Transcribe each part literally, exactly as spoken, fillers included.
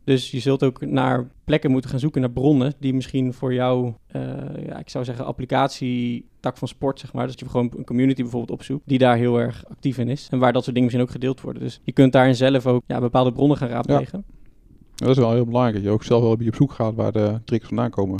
Dus je zult ook naar plekken moeten gaan zoeken, naar bronnen die misschien voor jou, uh, ja, ik zou zeggen applicatietak van sport, zeg maar. Dat je gewoon een community bijvoorbeeld opzoekt die daar heel erg actief in is. En waar dat soort dingen misschien ook gedeeld worden. Dus je kunt daarin zelf ook ja, bepaalde bronnen gaan raadplegen. Ja. Dat is wel heel belangrijk, dat je ook zelf wel op zoek gaat waar de triggers vandaan komen.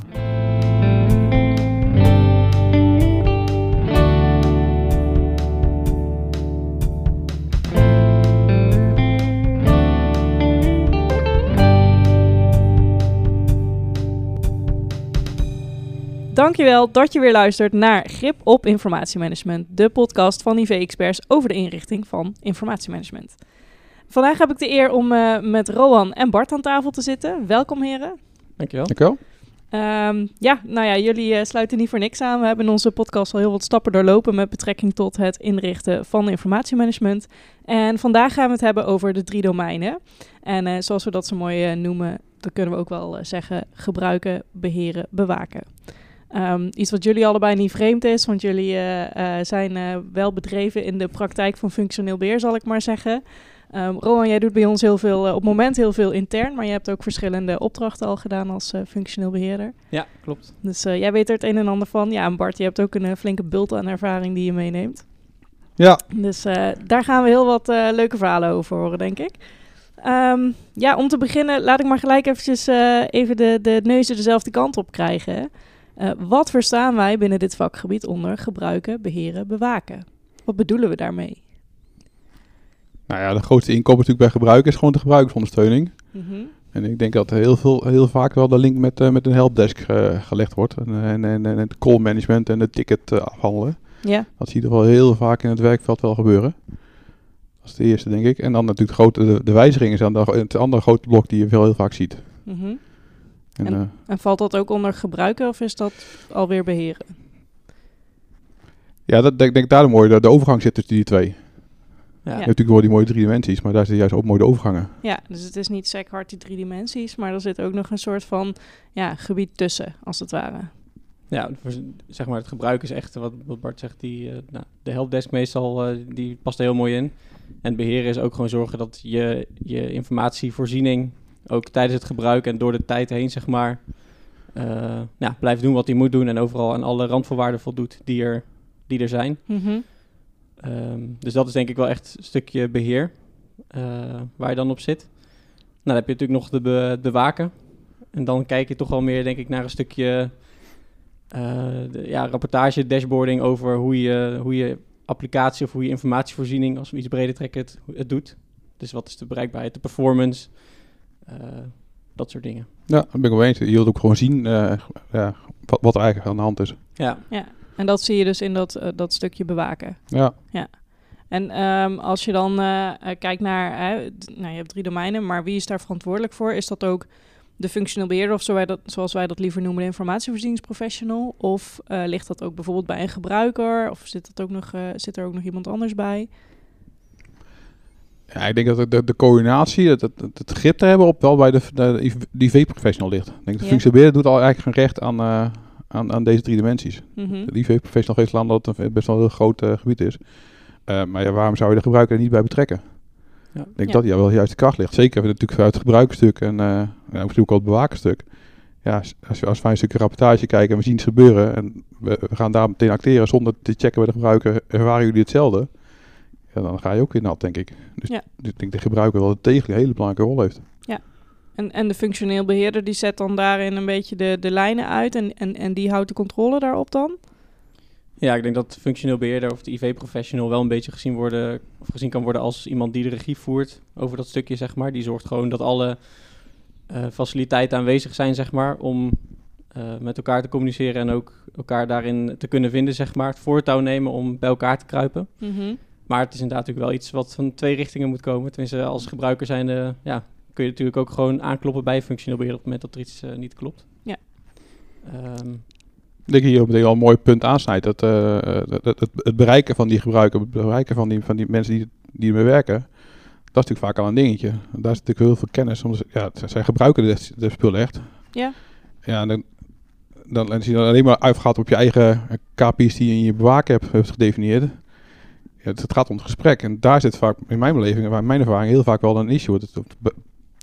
Dankjewel dat je weer luistert naar Grip op Informatiemanagement, de podcast van I V-experts over de inrichting van informatiemanagement. Vandaag heb ik de eer om uh, met Rowan en Bart aan tafel te zitten. Welkom heren. Dankjewel. Dankjewel. Um, ja, nou ja, jullie uh, sluiten niet voor niks aan. We hebben in onze podcast al heel wat stappen doorlopen met betrekking tot het inrichten van informatiemanagement. En vandaag gaan we het hebben over de drie domeinen. En uh, zoals we dat zo mooi uh, noemen, dan kunnen we ook wel uh, zeggen gebruiken, beheren, bewaken. Um, iets wat jullie allebei niet vreemd is, want jullie uh, uh, zijn uh, wel bedreven in de praktijk van functioneel beheer, zal ik maar zeggen. Um, Rowan, jij doet bij ons heel veel, uh, op het moment heel veel intern, maar je hebt ook verschillende opdrachten al gedaan als uh, functioneel beheerder. Ja, klopt. Dus uh, jij weet er het een en ander van. Ja, en Bart, je hebt ook een uh, flinke bult aan ervaring die je meeneemt. Ja. Dus uh, daar gaan we heel wat uh, leuke verhalen over horen, denk ik. Um, ja, om te beginnen, laat ik maar gelijk eventjes uh, even de, de neuzen dezelfde kant op krijgen. Uh, wat verstaan wij binnen dit vakgebied onder gebruiken, beheren, bewaken? Wat bedoelen we daarmee? Nou ja, de grootste inkomen natuurlijk bij gebruik is gewoon de gebruikersondersteuning. Mm-hmm. En ik denk dat heel, veel, heel vaak wel de link met, uh, met een helpdesk uh, gelegd wordt. En, en, en, en het call management en het ticket uh, afhandelen. Ja. Dat zie je toch wel heel vaak in het werkveld wel gebeuren. Dat is de eerste, denk ik. En dan natuurlijk de, grote, de, de wijzigingen zijn dan het andere grote blok die je veel heel vaak ziet. Mm-hmm. En, en, uh, en valt dat ook onder gebruiken of is dat alweer beheren? ja, dat denk ik daar de mooie, de, de overgang zit tussen die twee. Ja. Ja. Natuurlijk worden die mooie drie dimensies, maar daar zitten juist ook mooie de overgangen. Ja, dus het is niet sec hard die drie dimensies, maar er zit ook nog een soort van ja, gebied tussen, als het ware. Ja, zeg maar het gebruik is echt, wat, wat Bart zegt, die, uh, nou, de helpdesk meestal, uh, die past er heel mooi in. En het beheren is ook gewoon zorgen dat je, je informatievoorziening ook tijdens het gebruik en door de tijd heen, zeg maar, uh, ja, blijft doen wat hij moet doen en overal aan alle randvoorwaarden voldoet die er, die er zijn. Mm-hmm. Um, dus dat is denk ik wel echt een stukje beheer uh, waar je dan op zit. Nou, dan heb je natuurlijk nog de be- het bewaken. En dan kijk je toch wel meer, denk ik, naar een stukje uh, de, ja, rapportage, dashboarding over hoe je, hoe je applicatie of hoe je informatievoorziening, als we iets breder trekken, het, het doet. Dus wat is de bereikbaarheid, de performance, uh, dat soort dingen. Ja, dat ben ik wel eens. Je wilt ook gewoon zien uh, ja, wat, wat er eigenlijk aan de hand is. Ja. Ja. En dat zie je dus in dat, uh, dat stukje bewaken. Ja. Ja. En um, als je dan uh, kijkt naar, uh, d- nou, je hebt drie domeinen, maar wie is daar verantwoordelijk voor? Is dat ook de functioneel beheerder of zo wij dat, zoals wij dat liever noemen, de informatievoorzieningsprofessional? Of uh, ligt dat ook bijvoorbeeld bij een gebruiker? Of zit, dat ook nog, uh, zit er ook nog iemand anders bij? Ja, ik denk dat de, de coördinatie, het, het, het grip te hebben op wel bij de, de, de I V-professional ligt. Ik denk de Ja. functioneel beheerder doet al eigenlijk geen recht aan, uh, aan, aan deze drie dimensies. Mm-hmm. De I V-professional geeft aan dat het best wel een heel groot uh, gebied is. Uh, maar ja, waarom zou je de gebruiker er niet bij betrekken? Ja. Ik denk Ja. dat die wel juist de kracht ligt. Zeker natuurlijk vanuit het gebruikerstuk en uh, ja, natuurlijk ook het bewakerstuk. Ja, als, als wij een stukje rapportage kijken en we zien het gebeuren en we, we gaan daar meteen acteren zonder te checken bij de gebruiker, ervaren jullie hetzelfde? Ja, dan ga je ook in nat, denk ik. Dus, Ja. dus ik denk de gebruiker wel degelijk een hele belangrijke rol heeft. En, en de functioneel beheerder die zet dan daarin een beetje de, de lijnen uit en, en, en die houdt de controle daarop dan? Ja, ik denk dat de functioneel beheerder of de I V-professional wel een beetje gezien, worden, of gezien kan worden als iemand die de regie voert over dat stukje, zeg maar. Die zorgt gewoon dat alle uh, faciliteiten aanwezig zijn, zeg maar, om uh, met elkaar te communiceren en ook elkaar daarin te kunnen vinden, zeg maar. Het voortouw nemen om bij elkaar te kruipen. Mm-hmm. Maar het is inderdaad natuurlijk wel iets wat van twee richtingen moet komen. Tenminste, als gebruiker zijn, uh, ja, kun je natuurlijk ook gewoon aankloppen bij functioneel beheerder op het moment dat er iets uh, niet klopt. Ja. Um, Ik denk hier op meteen al een mooi punt aansnijdt. Dat, uh, het, het, het bereiken van die gebruiker, het bereiken van die, van die mensen die, die ermee werken, dat is natuurlijk vaak al een dingetje. Daar is natuurlijk heel veel kennis. Omdat, ja, zij gebruiken de, de spullen echt. Ja. Ja, en dan, dan, dan zie je dan alleen maar uitgaat op je eigen K P I's die je in je bewaken hebt, hebt gedefinieerd. Ja, het, het gaat om het gesprek. En daar zit vaak, in mijn beleving, in mijn ervaring, heel vaak wel een issue. Het, het,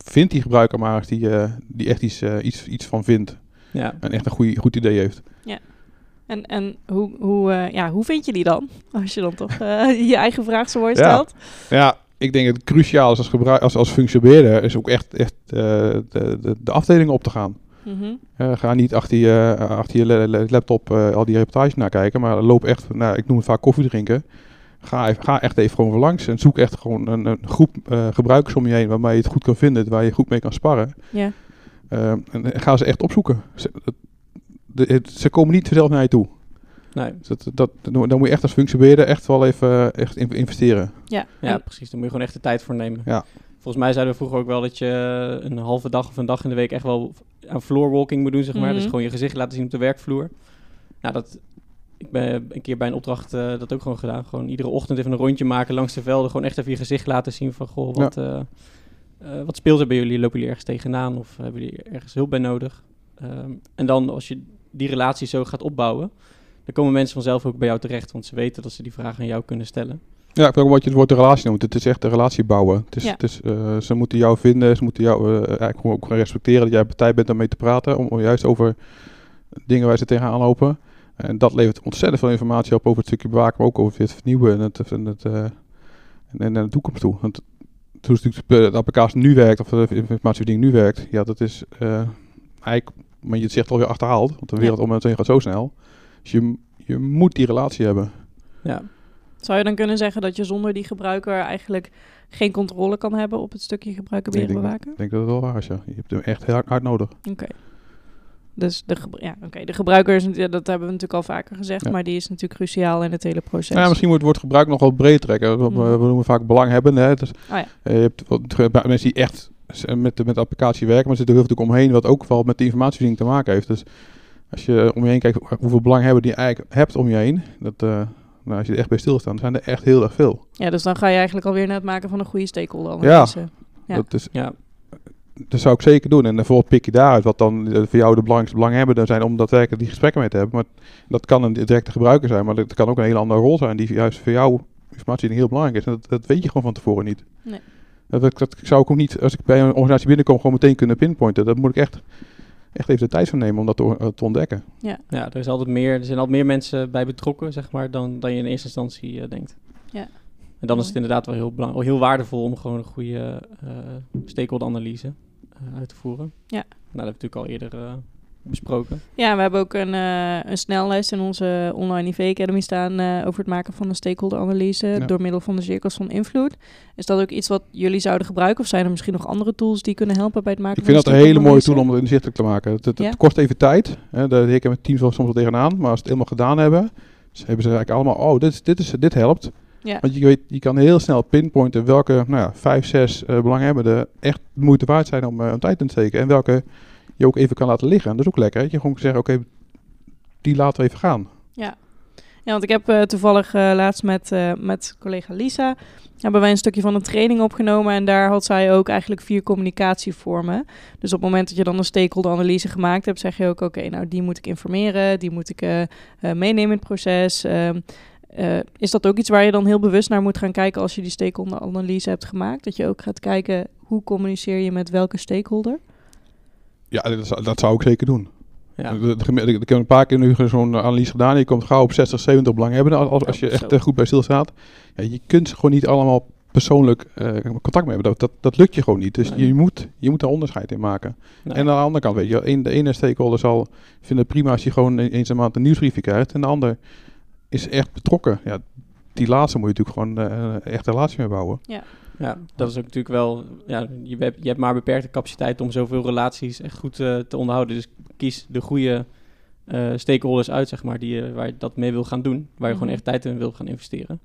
vind die gebruiker maar eens die, uh, die echt iets, uh, iets, iets van vindt. Ja. En echt een goeie, goed idee heeft. Ja. En, en hoe, hoe, uh, ja, hoe vind je die dan? Als je dan toch uh, je eigen vraag zo mooi stelt. Ja. ja, ik denk dat het cruciaal is als, gebruik, als, als functioneerder is ook echt, echt uh, de, de, de afdelingen op te gaan. Mm-hmm. Uh, ga niet achter je, uh, achter je le- le- laptop uh, al die reportages naar kijken, maar loop echt, nou, ik noem het vaak koffie drinken. Ga, even, ga echt even gewoon langs en zoek echt gewoon een, een groep uh, gebruikers om je heen waarmee je het goed kan vinden, waar je goed mee kan sparren. Yeah. Uh, en ga ze echt opzoeken. Ze, de, het, ze komen niet vanzelf naar je toe. Nee. Dus dat, dat, dan moet je echt als functioneerder echt wel even uh, echt investeren. Ja, ja en precies. Daar moet je gewoon echt de tijd voor nemen. Ja. Volgens mij zeiden we vroeger ook wel dat je een halve dag of een dag in de week echt wel aan floorwalking moet doen, zeg maar. Mm-hmm. Dus gewoon je gezicht laten zien op de werkvloer. Nou, dat... Ik ben een keer bij een opdracht uh, dat ook gewoon gedaan. Gewoon iedere ochtend even een rondje maken langs de velden. Gewoon echt even je gezicht laten zien van... Goh, wat, ja. uh, uh, wat speelt er bij jullie? Lopen jullie ergens tegenaan? Of hebben jullie ergens hulp bij nodig? Um, en dan als je die relatie zo gaat opbouwen... dan komen mensen vanzelf ook bij jou terecht. Want ze weten dat ze die vragen aan jou kunnen stellen. Ja, ik weet ook wat je het woord de relatie noemt. Het is echt een relatie bouwen. Het is, ja. het is, uh, ze moeten jou vinden. Ze moeten jou uh, eigenlijk gewoon ook respecteren... dat jij partij bent om mee te praten. Om, om juist over dingen waar ze tegenaan lopen... En dat levert ontzettend veel informatie op over het stukje bewaken, maar ook over het vernieuwen en het, en het, uh, en, en de toekomst toe. Want toen de applicatie nu werkt, of de informatievoorziening nu werkt, ja, dat is uh, eigenlijk, maar je het zegt alweer achterhaald, want de wereld ja. om het heen gaat zo snel. Dus je, je moet die relatie hebben. Ja. Zou je dan kunnen zeggen dat je zonder die gebruiker eigenlijk geen controle kan hebben op het stukje gebruikerberen nee, bewaken? Ik denk dat het wel waar is, ja. Je hebt hem echt heel hard, hard nodig. Oké. Okay. Dus de, gebru- ja, okay. de gebruiker, is, dat hebben we natuurlijk al vaker gezegd, ja. maar die is natuurlijk cruciaal in het hele proces. Ja, misschien moet het woord gebruik nog wel breed trekken. Mm. We, we noemen vaak belanghebben. Hè. Dus, oh ja. uh, je hebt wat, mensen die echt met de, met de applicatie werken, maar er zit er heel veel omheen wat ook wel met de informatievoorziening te maken heeft. Dus als je om je heen kijkt hoeveel belanghebben die je eigenlijk hebt om je heen, dat, uh, nou, als je er echt bij stilstaat, zijn er echt heel erg veel. Ja, dus dan ga je eigenlijk alweer naar het maken van een goede stakeholder-analyse. Ja, ja. dat is... Ja. Dat zou ik zeker doen. En bijvoorbeeld pik je daaruit wat dan voor jou de belangrijkste belanghebbenden zijn om daadwerkelijk die gesprekken mee te hebben. Maar dat kan een directe gebruiker zijn, maar dat kan ook een hele andere rol zijn die juist voor jou informatie heel belangrijk is. En dat, dat weet je gewoon van tevoren niet. Nee. Dat, dat, dat zou ik ook niet, als ik bij een organisatie binnenkom, gewoon meteen kunnen pinpointen. Dat moet ik echt, echt even de tijd voor nemen om dat te, te ontdekken. Ja, ja er, is altijd meer, er zijn altijd meer mensen bij betrokken, zeg maar, dan, dan je in eerste instantie uh, denkt. Ja. En dan is het inderdaad wel heel, belang, heel waardevol om gewoon een goede uh, stakeholder-analyse uh, uit te voeren. Ja. Nou, dat hebben we natuurlijk al eerder uh, besproken. Ja, we hebben ook een, uh, een snellijst in onze online I V Academy staan uh, over het maken van een stakeholder-analyse ja. door middel van de cirkels van invloed. Is dat ook iets wat jullie zouden gebruiken? Of zijn er misschien nog andere tools die kunnen helpen bij het maken ik van een stakeholder-analyse? Ik vind dat een hele mooie tool om het inzichtelijk te maken. Het, het, ja? het kost even tijd. Hè, daar hikken met teams wel soms wel tegenaan. Maar als ze het helemaal gedaan hebben, dus hebben ze eigenlijk allemaal, oh, dit, dit, is, dit helpt. Ja. Want je weet, je kan heel snel pinpointen welke nou ja, vijf, zes uh, belanghebbenden echt de moeite waard zijn om uh, een tijd in te steken. En welke je ook even kan laten liggen. En dat is ook lekker. Hè? Je gewoon zeggen, oké, okay, die laten we even gaan. Ja, ja want ik heb uh, toevallig uh, laatst met, uh, met collega Lisa, hebben wij een stukje van een training opgenomen. En daar had zij ook eigenlijk vier communicatievormen. Dus op het moment dat je dan een stakeholder-analyse gemaakt hebt, zeg je ook, oké, okay, nou die moet ik informeren, die moet ik uh, uh, meenemen in het proces. Uh, Uh, is dat ook iets waar je dan heel bewust naar moet gaan kijken als je die stakeholder-analyse hebt gemaakt? Dat je ook gaat kijken, hoe communiceer je met welke stakeholder? Ja, dat zou, dat zou ik zeker doen. Ja. Ik heb een paar keer nu zo'n analyse gedaan. Je komt gauw op zestig, zeventig belanghebbenden als, als je echt uh, goed bij stilstaat. Ja, je kunt ze gewoon niet allemaal persoonlijk uh, contact mee hebben. Dat, dat, dat lukt je gewoon niet. Dus nee. je, moet, je moet daar onderscheid in maken. Nee. En aan de andere kant, weet je, een, de ene stakeholder zal vinden het prima als je gewoon eens een maand een nieuwsbriefje krijgt. En de ander is echt betrokken. Ja, die laatste moet je natuurlijk gewoon uh, echt een relatie mee bouwen. Ja. Ja, dat is ook natuurlijk wel... Ja, je, hebt, je hebt maar beperkte capaciteit om zoveel relaties echt goed uh, te onderhouden. Dus kies de goede uh, stakeholders uit, zeg maar, die, uh, waar je dat mee wil gaan doen. Waar je mm-hmm. gewoon echt tijd in wil gaan investeren.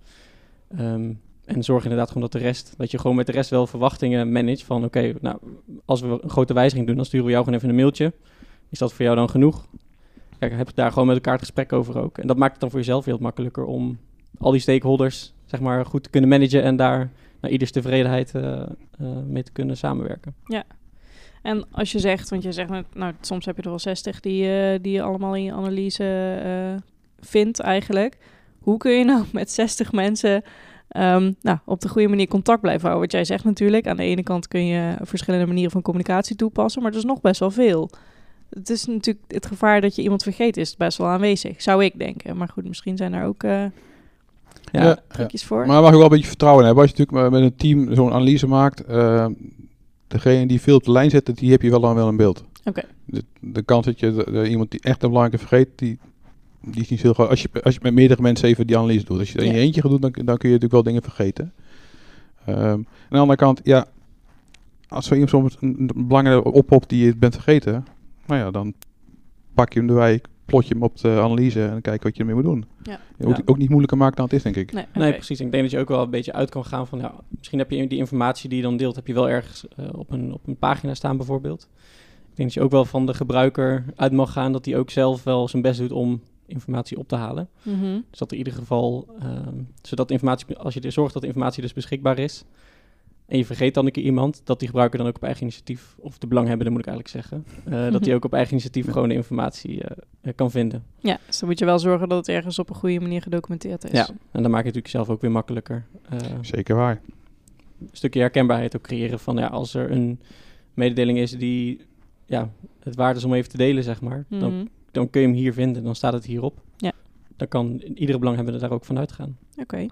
Um, en zorg inderdaad gewoon dat de rest... Dat je gewoon met de rest wel verwachtingen managt van... Oké, okay, nou, als we een grote wijziging doen, dan sturen we jou gewoon even een mailtje. Is dat voor jou dan genoeg? Kijk, heb je daar gewoon met elkaar het gesprek over ook. En dat maakt het dan voor jezelf heel makkelijker om al die stakeholders, zeg maar, goed te kunnen managen en daar naar ieders tevredenheid uh, uh, mee te kunnen samenwerken. Ja. En als je zegt, want je zegt, nou, soms heb je er wel zestig die, uh, die je allemaal in je analyse uh, vindt eigenlijk. Hoe kun je nou met zestig mensen Um, nou, op de goede manier contact blijven houden. Wat jij zegt natuurlijk. Aan de ene kant kun je verschillende manieren van communicatie toepassen, maar er is nog best wel veel. Het is natuurlijk het gevaar dat je iemand vergeet, is best wel aanwezig, zou ik denken. Maar goed, misschien zijn er ook uh, ja, ja, trucjes ja. voor. Maar mag je wel een beetje vertrouwen hebben. Als je natuurlijk met een team zo'n analyse maakt, uh, degene die veel op de lijn zit, die heb je wel dan wel in beeld. Oké. Okay. De, de kans dat je de, de, iemand die echt een belangrijke vergeet, die, die is niet zo groot. Als je, als je met meerdere mensen even die analyse doet. Als je het in je eentje gaat doen, dan, dan kun je natuurlijk wel dingen vergeten. Um, aan de andere kant, ja, als er iemand soms een, een belangrijke oppopt die je bent vergeten, nou ja, dan pak je hem erbij, plot je hem op de analyse en kijk wat je ermee moet doen. Ja. Ook, ja. ook niet moeilijker maken dan het is, denk ik. Nee, okay. nee, precies. Ik denk dat je ook wel een beetje uit kan gaan van, ja, misschien heb je die informatie die je dan deelt, heb je wel ergens uh, op, een, op een pagina staan bijvoorbeeld. Ik denk dat je ook wel van de gebruiker uit mag gaan dat hij ook zelf wel zijn best doet om informatie op te halen. Mm-hmm. Dus dat er in ieder geval, um, zodat informatie, als je er zorgt dat de informatie dus beschikbaar is, en je vergeet dan een keer iemand, dat die gebruiker dan ook op eigen initiatief, of de belanghebbende moet ik eigenlijk zeggen, uh, mm-hmm. dat hij ook op eigen initiatief ja. gewoon de informatie uh, kan vinden. Ja, dus dan moet je wel zorgen dat het ergens op een goede manier gedocumenteerd is. Ja, en dan maak je het natuurlijk zelf ook weer makkelijker. Uh, Zeker waar. Een stukje herkenbaarheid ook creëren van, ja, als er een mededeling is die, ja, het waard is om even te delen, zeg maar, mm-hmm. dan, dan kun je hem hier vinden, dan staat het hierop. Ja. Dan kan iedere belanghebbende daar ook van uitgaan. Oké. Okay.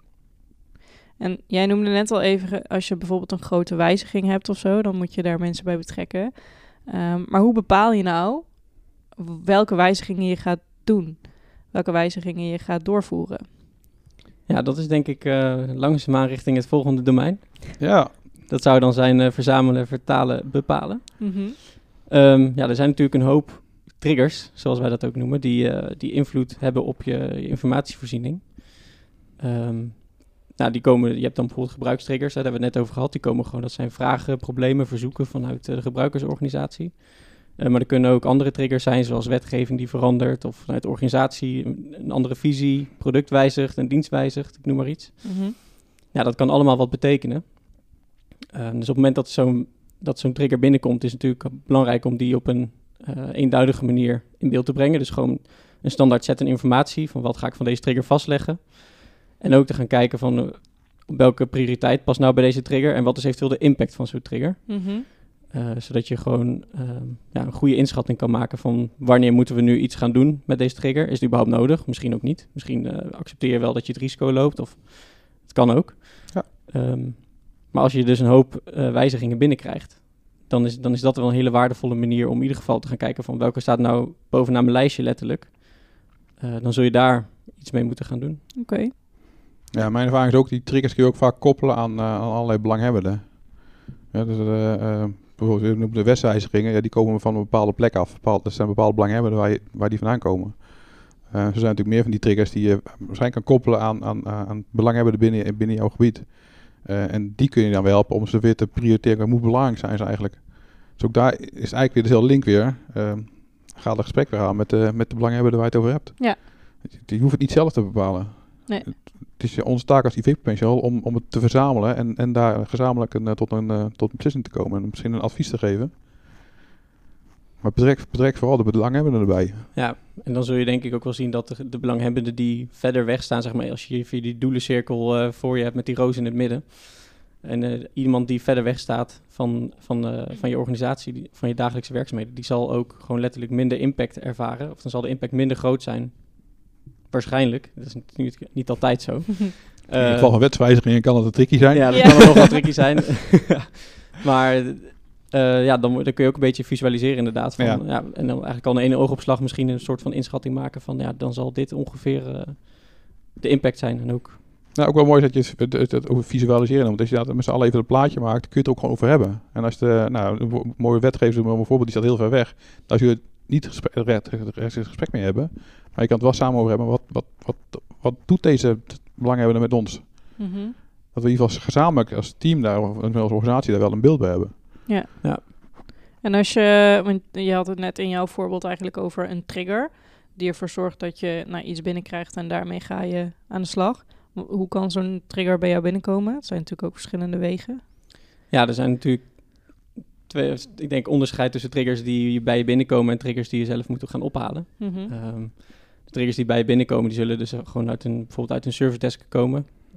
En jij noemde net al even, als je bijvoorbeeld een grote wijziging hebt of zo, dan moet je daar mensen bij betrekken. Um, maar hoe bepaal je nou welke wijzigingen je gaat doen? Welke wijzigingen je gaat doorvoeren? Ja, dat is denk ik uh, langzaamaan richting het volgende domein. Ja. Dat zou dan zijn uh, verzamelen, vertalen, bepalen. Mm-hmm. Um, ja, er zijn natuurlijk een hoop triggers, zoals wij dat ook noemen, die, uh, die invloed hebben op je, je informatievoorziening. Um, Nou, die komen, je hebt dan bijvoorbeeld gebruikstriggers, hè, daar hebben we het net over gehad. Die komen gewoon, dat zijn vragen, problemen, verzoeken vanuit uh, de gebruikersorganisatie. Uh, maar er kunnen ook andere triggers zijn, zoals wetgeving die verandert, of vanuit de organisatie een, een andere visie, product wijzigt, een dienst wijzigt, ik noem maar iets. Mm-hmm. Ja, dat kan allemaal wat betekenen. Uh, dus op het moment dat zo'n, dat zo'n trigger binnenkomt, is het natuurlijk belangrijk om die op een uh, eenduidige manier in beeld te brengen. Dus gewoon een standaard set en informatie van wat ga ik van deze trigger vastleggen. En ook te gaan kijken van uh, welke prioriteit past nou bij deze trigger en wat is eventueel de impact van zo'n trigger. Mm-hmm. Uh, zodat je gewoon uh, ja, een goede inschatting kan maken van wanneer moeten we nu iets gaan doen met deze trigger. Is het überhaupt nodig? Misschien ook niet. Misschien uh, accepteer je wel dat je het risico loopt of het kan ook. Ja. Um, maar als je dus een hoop uh, wijzigingen binnenkrijgt, dan is, dan is dat wel een hele waardevolle manier om in ieder geval te gaan kijken van welke staat nou bovenaan mijn lijstje letterlijk. Uh, dan zul je daar iets mee moeten gaan doen. Oké. Okay. Ja, mijn ervaring is ook, die triggers kun je ook vaak koppelen aan, uh, aan allerlei belanghebbenden. Ja, dus, uh, uh, bijvoorbeeld de wetswijzigingen, ja, die komen van een bepaalde plek af. Bepaald, er zijn bepaalde belanghebbenden waar, je, waar die vandaan komen. Uh, er zijn natuurlijk meer van die triggers die je waarschijnlijk kan koppelen aan, aan, aan belanghebbenden binnen, binnen jouw gebied. Uh, en die kun je dan wel helpen om ze weer te prioriteren. Hoe belangrijk zijn ze eigenlijk? Dus ook daar is eigenlijk weer dezelfde link weer. Uh, ga het gesprek weer aan met de, met de belanghebbenden waar je het over hebt. Ja. Je, je hoeft het niet zelf te bepalen. Nee. Het is onze taak als I V-professional om, om het te verzamelen en, en daar gezamenlijk een, tot, een, uh, tot een beslissing te komen en misschien een advies te geven. Maar betrek, betrek vooral de belanghebbenden erbij. Ja, en dan zul je denk ik ook wel zien dat de, de belanghebbenden die verder weg staan, zeg maar, als je via die doelencirkel uh, voor je hebt met die roos in het midden. En uh, iemand die verder weg staat van, van, uh, van je organisatie, die, van je dagelijkse werkzaamheden, die zal ook gewoon letterlijk minder impact ervaren. Of dan zal de impact minder groot zijn. Waarschijnlijk. Dat is niet, niet altijd zo. In uh, geval van wetswijzigingen kan het een tricky zijn. Ja, dat ja. kan het nog wel tricky zijn. Maar uh, ja, dan, dan kun je ook een beetje visualiseren inderdaad. Van, ja. Ja, en dan eigenlijk al in één oogopslag misschien een soort van inschatting maken van, ja, dan zal dit ongeveer uh, de impact zijn. En ook... Nou, ook wel mooi dat je het, het, het over visualiseren. Want als je dat met z'n allen even een plaatje maakt, kun je het er ook gewoon over hebben. En als de, nou, een mooie wetgever, bijvoorbeeld, die staat heel ver weg. Als je het niet gesprek, rechts gesprek mee hebben, maar je kan het wel samen over hebben. Wat, wat, wat, wat doet deze belanghebbende met ons? Mm-hmm. Dat we in ieder geval gezamenlijk als team daar, of als organisatie daar wel een beeld bij hebben. Ja. Ja. En als je, want je had het net in jouw voorbeeld eigenlijk over een trigger, die ervoor zorgt dat je nou, iets binnenkrijgt en daarmee ga je aan de slag. Hoe kan zo'n trigger bij jou binnenkomen? Het zijn natuurlijk ook verschillende wegen. Ja, er zijn natuurlijk twee, ik denk onderscheid tussen triggers die bij je binnenkomen en triggers die je zelf moet gaan ophalen. Mm-hmm. Um, de triggers die bij je binnenkomen, die zullen dus gewoon uit een, bijvoorbeeld uit een service desk komen.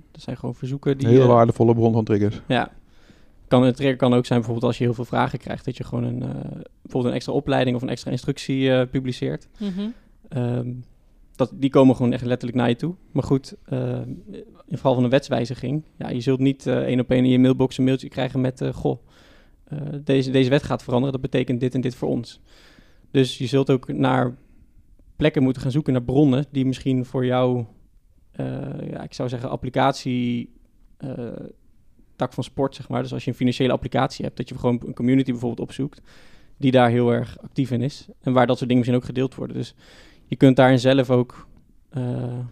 Dat zijn gewoon verzoeken die... Een hele uh, waardevolle bron van triggers. Ja. Kan, een trigger kan ook zijn bijvoorbeeld als je heel veel vragen krijgt, dat je gewoon een, uh, bijvoorbeeld een extra opleiding of een extra instructie uh, publiceert. Mm-hmm. Um, dat, die komen gewoon echt letterlijk naar je toe. Maar goed, uh, in geval van een wetswijziging, ja, je zult niet uh, één op één in je mailbox een mailtje krijgen met, uh, goh, uh, deze, deze wet gaat veranderen, dat betekent dit en dit voor ons. Dus je zult ook naar plekken moeten gaan zoeken, naar bronnen die misschien voor jou, uh, ja, ik zou zeggen, applicatie... Uh, tak van sport, zeg maar. Dus als je een financiële applicatie hebt, dat je gewoon een community bijvoorbeeld opzoekt, die daar heel erg actief in is. En waar dat soort dingen misschien ook gedeeld worden. Dus je kunt daarin zelf ook uh,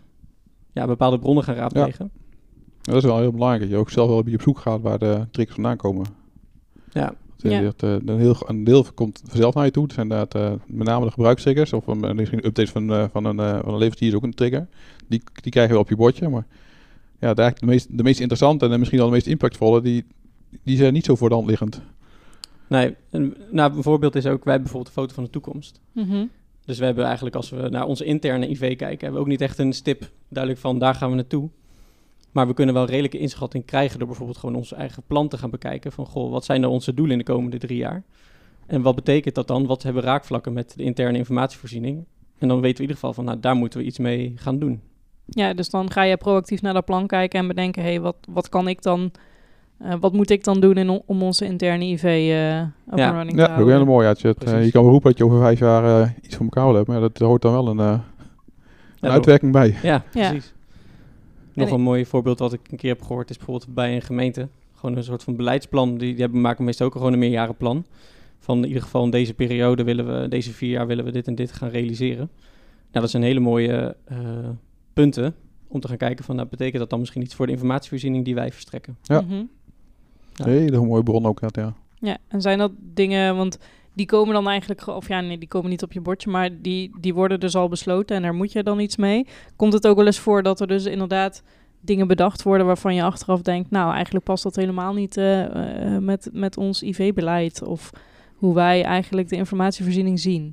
ja, bepaalde bronnen gaan raadplegen. Ja. Ja, dat is wel heel belangrijk. Dat je ook zelf wel op zoek gaat waar de triggers vandaan komen. Ja. Dat, ja. Dat, uh, een, heel, een deel komt vanzelf naar je toe. Het zijn inderdaad uh, met name de gebruikstriggers. Of um, misschien updates van, uh, van, een, uh, van een leverancier is ook een trigger. Die, die krijgen we op je bordje, maar ja, de, de, meest, de meest interessante en misschien al de meest impactvolle, die, die zijn niet zo voor de hand liggend. Nee, en, nou, een voorbeeld is ook, wij hebben bijvoorbeeld een foto van de toekomst. Mm-hmm. Dus we hebben eigenlijk, als we naar onze interne I V kijken, hebben we ook niet echt een stip duidelijk van, daar gaan we naartoe. Maar we kunnen wel een redelijke inschatting krijgen door bijvoorbeeld gewoon ons eigen plan te gaan bekijken. Van, goh, wat zijn nou onze doelen in de komende drie jaar? En wat betekent dat dan? Wat hebben raakvlakken met de interne informatievoorziening? En dan weten we in ieder geval van, nou, daar moeten we iets mee gaan doen. Ja, dus dan ga je proactief naar dat plan kijken en bedenken, hé, hey, wat, wat kan ik dan, uh, wat moet ik dan doen in on, om onze interne I V uh, up ja. and running ja, te houden? Ja, dat is heel mooi. Ja, je, het, uh, je kan wel roepen dat je over vijf jaar uh, iets voor elkaar wil hebben, maar dat hoort dan wel een, uh, een ja, uitwerking bij. Ja, ja. precies. Nog een mooi voorbeeld wat ik een keer heb gehoord is bijvoorbeeld bij een gemeente. Gewoon een soort van beleidsplan. Die, die hebben, maken meestal ook gewoon een meerjarenplan. Van in ieder geval in deze periode willen we, deze vier jaar willen we dit en dit gaan realiseren. Nou, dat zijn hele mooie uh, punten om te gaan kijken van, nou, betekent dat dan misschien iets voor de informatievoorziening die wij verstrekken? Ja, mm-hmm. ja. Hele mooie bron ook. Ja. Ja, en zijn dat dingen, want die komen dan eigenlijk, of ja, nee, die komen niet op je bordje, maar die, die worden dus al besloten en daar moet je dan iets mee. Komt het ook wel eens voor dat er dus inderdaad dingen bedacht worden waarvan je achteraf denkt, nou, eigenlijk past dat helemaal niet uh, uh, met, met ons I V-beleid of hoe wij eigenlijk de informatievoorziening zien?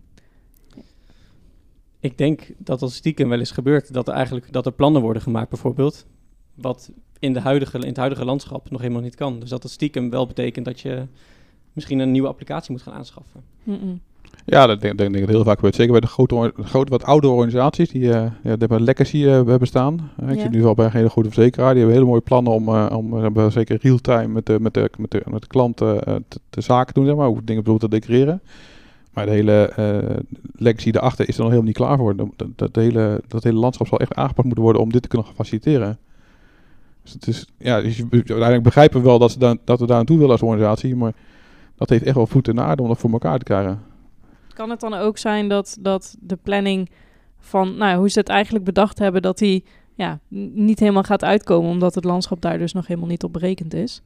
Ik denk dat dat stiekem wel eens gebeurt, dat er eigenlijk dat er plannen worden gemaakt bijvoorbeeld, wat in, de huidige, in het huidige landschap nog helemaal niet kan. Dus dat dat stiekem wel betekent dat je misschien een nieuwe applicatie moet gaan aanschaffen. Mm-mm. Ja, dat denk, denk ik dat heel vaak gebeurt. Zeker bij de grote, grote wat oudere organisaties die, uh, ja, die hebben legacy uh, hebben staan. Uh, ik ja. zit nu wel bij een hele goede verzekeraar. Die hebben hele mooie plannen om, uh, om uh, zeker real-time met de, met de, met de, met de klant uh, te, te zaken doen, zeg maar, hoe dingen bijvoorbeeld te declareren. Maar de hele uh, legacy daarachter is er nog helemaal niet klaar voor. Dat, dat, dat, hele, dat hele landschap zal echt aangepast moeten worden om dit te kunnen faciliteren. Dus het is, ja, dus je, uiteindelijk begrijpen we wel dat, ze daar, dat we daar naartoe willen als organisatie, maar dat heeft echt wel voeten en aarde om dat voor elkaar te krijgen. Kan het dan ook zijn dat, dat de planning van, nou, hoe ze het eigenlijk bedacht hebben, dat die ja, n- niet helemaal gaat uitkomen, omdat het landschap daar dus nog helemaal niet op berekend is?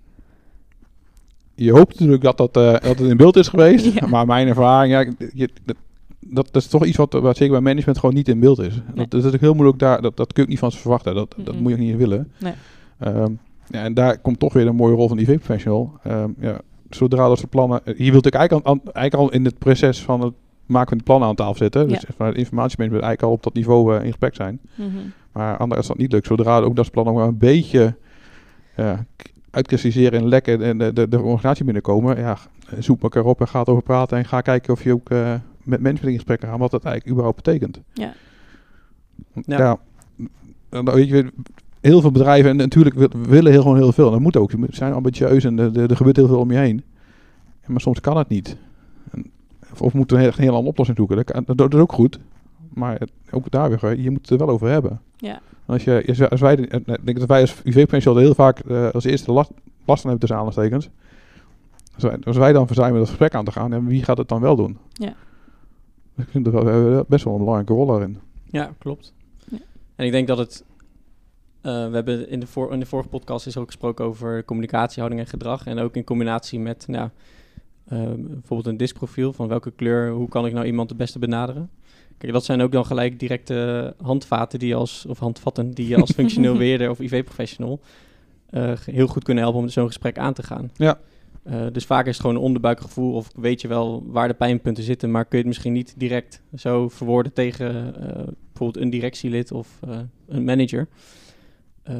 Je hoopt natuurlijk dat, dat, uh, dat het in beeld is geweest, Ja. maar mijn ervaring, ja, je, dat, dat is toch iets wat, wat zeker bij management gewoon niet in beeld is. Nee. Dat, dat is ook heel moeilijk, daar, dat, dat kun je ook niet van ze verwachten, dat, dat Mm-mm. moet je ook niet willen. Nee. Um, ja, en daar komt toch weer een mooie rol van de I V-professional. Um, ja, zodra dat soort plannen, je wilt ook eigenlijk al, eigenlijk al in het proces van het maken van die plannen aan tafel zitten, dus Ja. vanuit informatiemanagement eigenlijk al op dat niveau uh, in gesprek zijn. Mm-hmm. Maar anders als dat niet lukt, zodra ook dat soort plannen nog maar een beetje ja, uitkristalliseren en lekken en de, de, de organisatie binnenkomen, ja, zoek elkaar op en ga over praten en ga kijken of je ook uh, met mensen in gesprek kan gaan wat dat eigenlijk überhaupt betekent. Ja. Ja. Ja, en dan weet je, heel veel bedrijven en natuurlijk wil- willen heel gewoon heel veel. En dat moet ook. Ze zijn ambitieus en er, er, er gebeurt heel veel om je heen. Maar soms kan het niet. En, of, of moeten we echt een hele andere oplossing zoeken. Dat, kan, dat, dat is ook goed. Maar het, ook daar weer, je moet het er wel over hebben. Ja. En als, je, als wij, ik denk dat wij als U V-professional heel vaak uh, als eerste last, last van hebben tussen aanstekens. Als wij, als wij dan verzuimen dat gesprek aan te gaan, en wie gaat het dan wel doen? Ja. Ik vind dat we hebben best wel een belangrijke rol daarin. Ja, klopt. Ja. En ik denk dat het... Uh, we hebben in de, voor, in de vorige podcast is ook gesproken over communicatie, houding en gedrag. En ook in combinatie met nou, uh, bijvoorbeeld een diskprofiel. Van welke kleur, hoe kan ik nou iemand het beste benaderen? Kijk, dat zijn ook dan gelijk directe handvaten die je als, of handvatten die je als functioneel beheerder of I V-professional uh, heel goed kunnen helpen om zo'n gesprek aan te gaan. Ja. Uh, dus vaak is het gewoon een onderbuikgevoel of weet je wel waar de pijnpunten zitten, maar kun je het misschien niet direct zo verwoorden tegen uh, bijvoorbeeld een directielid of uh, een manager. Um, maar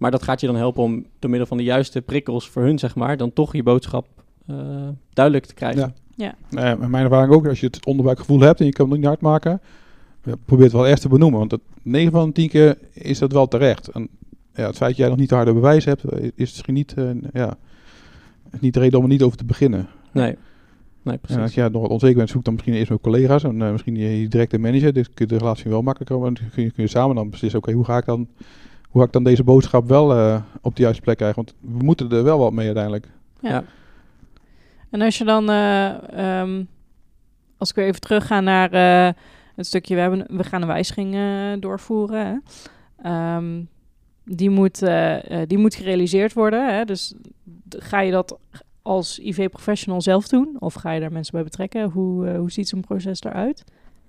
Maar dat gaat je dan helpen om door middel van de juiste prikkels voor hun, zeg maar, dan toch je boodschap uh, duidelijk te krijgen. Ja. Ja. Uh, mijn ervaring ook, als je het onderbuikgevoel hebt en je kan het niet hard maken, probeer het wel eerst te benoemen. Want negen van de tien keer is dat wel terecht. En ja, het feit dat jij nog niet de harde bewijs hebt, is misschien niet, uh, ja, niet de reden om er niet over te beginnen. Nee. Nee, precies. En als jij nog wat onzeker bent, zoek dan misschien eerst met collega's en uh, misschien je, je directe manager. Dus kun je de relatie wel makkelijker, want dan kun je, kun je samen dan beslissen, oké, okay, hoe ga ik dan, hoe ga ik dan deze boodschap wel uh, op de juiste plek krijgen? Want we moeten er wel wat mee uiteindelijk. Ja. Ja. En als je dan, uh, um, als ik weer even terug ga naar uh, het stukje, we, hebben, we gaan een wijziging uh, doorvoeren. Hè? Um, die, moet, uh, uh, die moet gerealiseerd worden. Hè? Dus d- ga je dat als I V-professional zelf doen? Of ga je daar mensen bij betrekken? Hoe, uh, hoe ziet zo'n proces eruit?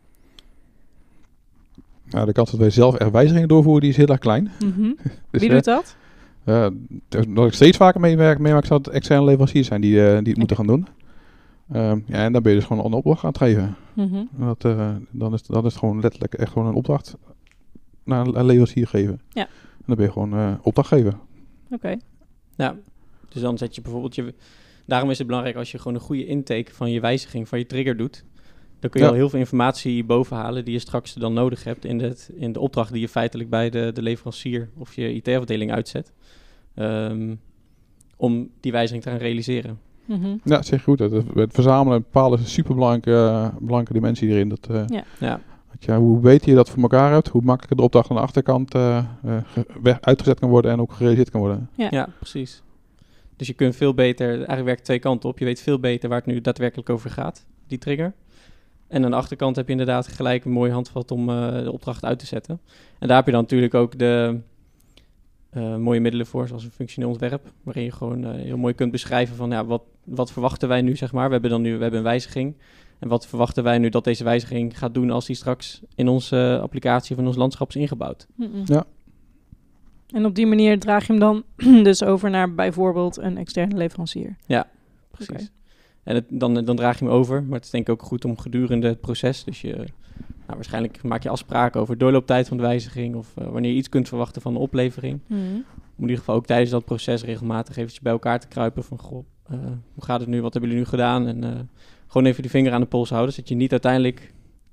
Nou, de kans dat wij zelf echt wijzigingen doorvoeren, die is heel erg klein. Mm-hmm. Dus, wie uh, doet dat? Uh, dat ik steeds vaker meewerk, meemaak dat externe leveranciers zijn die, uh, die het okay. moeten gaan doen. Um, ja, en dan ben je dus gewoon een opdracht aan het geven. Mm-hmm. Dat, uh, dan, is, dan is het gewoon letterlijk echt gewoon een opdracht naar een leverancier geven. Ja. En dan ben je gewoon uh, opdrachtgever. Oké. Okay. Ja, dus dan zet je bijvoorbeeld je... Daarom is het belangrijk als je gewoon een goede intake van je wijziging, van je trigger doet. Dan kun je ja. al heel veel informatie bovenhalen die je straks dan nodig hebt in de, in de opdracht die je feitelijk bij de, de leverancier of je I T-afdeling uitzet. Um, om die wijziging te gaan realiseren. Mm-hmm. Ja, zeg goed. Het, het verzamelen bepaalde superbelangrijke uh, belangrijke dimensie erin. Dat, uh, ja. Ja. Dat, ja, hoe beter je dat voor elkaar hebt, hoe makkelijker de opdracht aan de achterkant uh, uh, weg, uitgezet kan worden en ook gerealiseerd kan worden. Ja, ja precies. Dus je kunt veel beter, eigenlijk werkt twee kanten op. Je weet veel beter waar het nu daadwerkelijk over gaat, die trigger. En aan de achterkant heb je inderdaad gelijk een mooi handvat om uh, de opdracht uit te zetten. En daar heb je dan natuurlijk ook de uh, mooie middelen voor, zoals een functioneel ontwerp, waarin je gewoon uh, heel mooi kunt beschrijven van ja, wat, wat verwachten wij nu, zeg maar. We hebben dan nu we hebben een wijziging. En wat verwachten wij nu dat deze wijziging gaat doen als die straks in onze applicatie of in ons landschap is ingebouwd. Mm-mm. Ja. En op die manier draag je hem dan dus over naar bijvoorbeeld een externe leverancier. Ja, precies. Okay. En het, dan, dan draag je hem over, maar het is denk ik ook goed om gedurende het proces, dus je, nou, waarschijnlijk maak je afspraken over doorlooptijd van de wijziging of uh, wanneer je iets kunt verwachten van de oplevering. Mm-hmm. Om in ieder geval ook tijdens dat proces regelmatig eventjes bij elkaar te kruipen van, goh, uh, hoe gaat het nu, wat hebben jullie nu gedaan? En uh, gewoon even die vinger aan de pols houden, zodat je niet uiteindelijk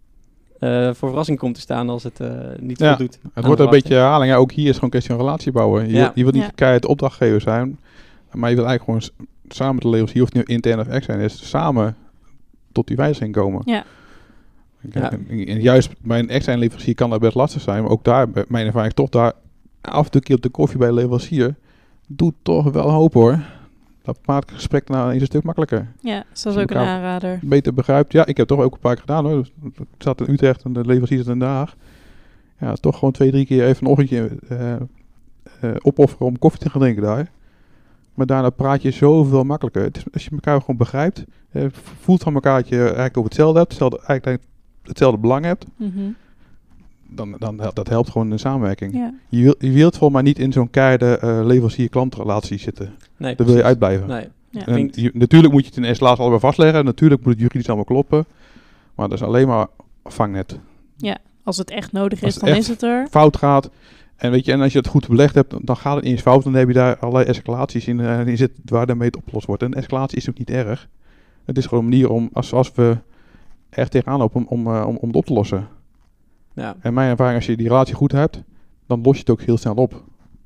uh, voor verrassing komt te staan als het uh, niet ja, goed doet. Het wordt een beetje herhaling. Ja, ook hier is gewoon een kwestie van relatie bouwen. Je, ja. je wilt niet ja. keihard opdrachtgever zijn, maar je wil eigenlijk gewoon samen met de leverancier, of het nu intern of extern is, samen tot die wijziging komen. Ja. Ja. En, en juist bij een externe leverancier kan dat best lastig zijn, maar ook daar, mijn ervaring toch daar, af en toe een keer op de koffie bij de leverancier, doet toch wel een hoop hoor. Dat maakt het gesprek daarna eens een stuk makkelijker. Ja, dus dat is ook een aanrader. Beter begrijpt. Ja, ik heb toch ook een paar keer gedaan hoor. Ik zat in Utrecht en de leverancier zat in Den Haag. Ja, toch gewoon twee, drie keer even een ochtendje uh, uh, opofferen om koffie te gaan drinken daar. Maar daarna praat je zoveel makkelijker. Het is, als je elkaar gewoon begrijpt, uh, voelt van elkaar dat je eigenlijk over hetzelfde hebt, hetzelfde, eigenlijk hetzelfde belang hebt, mm-hmm. dan, dan dat helpt gewoon in de samenwerking. Ja. Je, wil, je wilt volgens mij niet in zo'n keiharde uh, leverancier-klantrelatie zitten. Nee, Daar wil je uitblijven. Nee. Ja. En je, natuurlijk moet je het in eerste laatste allemaal vastleggen. Natuurlijk moet het juridisch allemaal kloppen. Maar dat is alleen maar vangnet. Ja, als het echt nodig is, dan is het er. Fout gaat. En weet je, en als je het goed belegd hebt, dan gaat het niet eens fout. Dan heb je daar allerlei escalaties in, uh, in zit waar daarmee het opgelost wordt. En een escalatie is ook niet erg. Het is gewoon een manier om, als, als we echt tegenaan lopen, om, om, uh, om, om het op te lossen. Ja. En mijn ervaring, als je die relatie goed hebt, dan los je het ook heel snel op.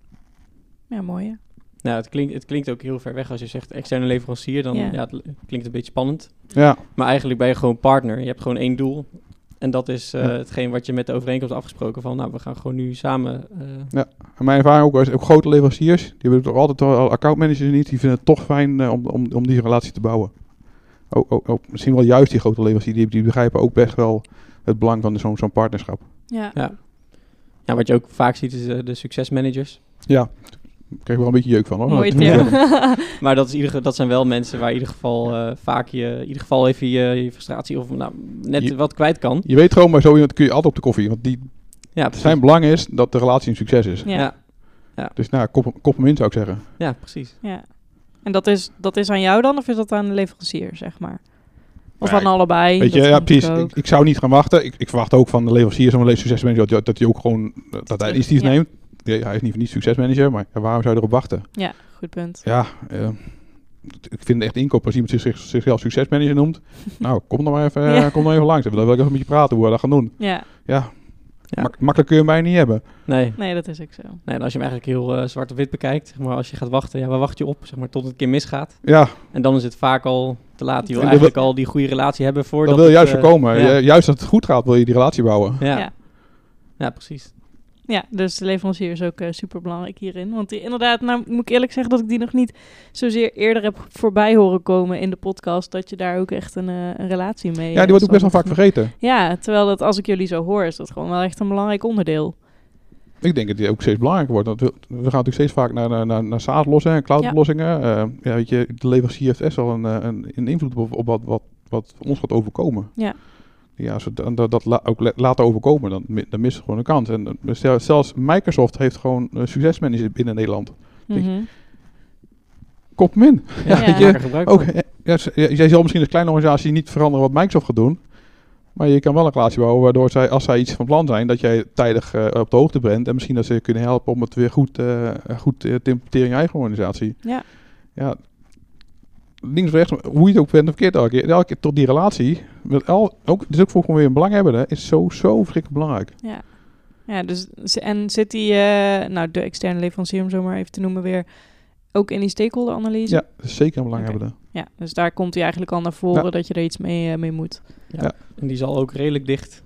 Ja, mooi hè? Nou, het klinkt, het klinkt ook heel ver weg als je zegt externe leverancier. Dan ja. Ja, het klinkt een beetje spannend. Ja. Maar eigenlijk ben je gewoon partner. Je hebt gewoon één doel. En dat is uh, ja. hetgeen wat je met de overeenkomst afgesproken van, nou, we gaan gewoon nu samen... Uh... Ja, en mijn ervaring ook, als ook grote leveranciers, die hebben toch altijd al accountmanagers niet, die vinden het toch fijn uh, om, om, om die relatie te bouwen. Ook, ook, ook, misschien wel juist die grote leveranciers, die, die begrijpen ook best wel het belang van zo'n zo'n partnerschap. Ja. Ja. Ja, wat je ook vaak ziet is uh, de succesmanagers. Ja, daar krijg je wel een beetje jeuk van hoor. Mooi term. Maar dat, is ieder, dat zijn wel mensen waar in ieder geval uh, vaak je, in ieder geval even je, je frustratie of nou, net je, wat kwijt kan. Je weet gewoon, maar zo iemand kun je altijd op de koffie. Want die, ja, zijn belang is dat de relatie een succes is. Ja. Ja. Ja. Dus nou, kop, kop hem in zou ik zeggen. Ja, precies. Ja. En dat is, dat is aan jou dan of is dat aan de leverancier, zeg maar? Of ja, aan allebei? Weet je, ja, precies. Ik, ik zou niet gaan wachten. Ik, ik verwacht ook van de leveranciers en van de succesmanager dat, dat hij ook gewoon dat hij initiatief ja. neemt. ja, hij is niet, niet succesmanager, maar ja, waarom zou je erop wachten? Ja, goed punt. Ja, uh, ik vind het echt inkoop als iemand zich, zichzelf succesmanager noemt. Nou, kom dan maar even, ja. kom dan even langs. Dan wil ik even met je praten hoe we dat gaan doen. Ja. Ja, ja. Mak- makkelijk kun je mij niet hebben. Nee. Nee, dat is ook zo. Nee, en als je hem eigenlijk heel uh, zwart op wit bekijkt, zeg maar als je gaat wachten, ja, waar wacht je op? Zeg maar tot het een keer misgaat. Ja. En dan is het vaak al te laat. Je wil En eigenlijk wil, al die goede relatie hebben voordat dat wil je juist uh, voorkomen. Ja. Juist dat het goed gaat, wil je die relatie bouwen. Ja, Ja, ja precies. ja, dus de leverancier is ook uh, super belangrijk hierin. Want die, inderdaad, nou moet ik eerlijk zeggen dat ik die nog niet zozeer eerder heb voorbij horen komen in de podcast. Dat je daar ook echt een, uh, een relatie mee Ja, die wordt ook best wel vaak vergeten. Ja, terwijl dat als ik jullie zo hoor, is dat gewoon wel echt een belangrijk onderdeel. Ik denk dat die ook steeds belangrijker wordt. Want we, we gaan natuurlijk steeds vaak naar, naar, naar SaaS-lossingen en cloud-oplossingen. Ja. Uh, ja, weet je, de leverancier heeft echt wel een, een, een invloed op, op wat, wat, wat ons gaat overkomen. Ja. Ja, als we dat, dat la, ook laten overkomen, dan, dan missen we gewoon een kans. En uh, zelfs Microsoft heeft gewoon uh, succesmanagers binnen Nederland. Mm-hmm. Kop hem in. Ja, Ja. ja. gebruik Ook, ja, jij zal misschien als kleine organisatie niet veranderen wat Microsoft gaat doen. Maar je kan wel een relatie bouwen waardoor zij, als zij iets van plan zijn, dat jij tijdig uh, op de hoogte bent. En misschien dat ze je kunnen helpen om het weer goed, uh, goed uh, te implementeren in je eigen organisatie. Ja. Ja. Links of rechts, hoe je het ook bent of verkeerd elke keer, elke keer tot die relatie. Met al, ook, dus ook voor gewoon weer een belanghebbende, is zo, zo verschrikkelijk belangrijk. Ja. Ja, dus en zit die, uh, nou de externe leverancier om zo maar even te noemen weer, ook in die stakeholder-analyse? Ja, dat is zeker een belanghebbende. Okay. Ja, dus daar komt hij eigenlijk al naar voren Ja. dat je er iets mee, uh, mee moet. Ja. Ja. En die zal ook redelijk dicht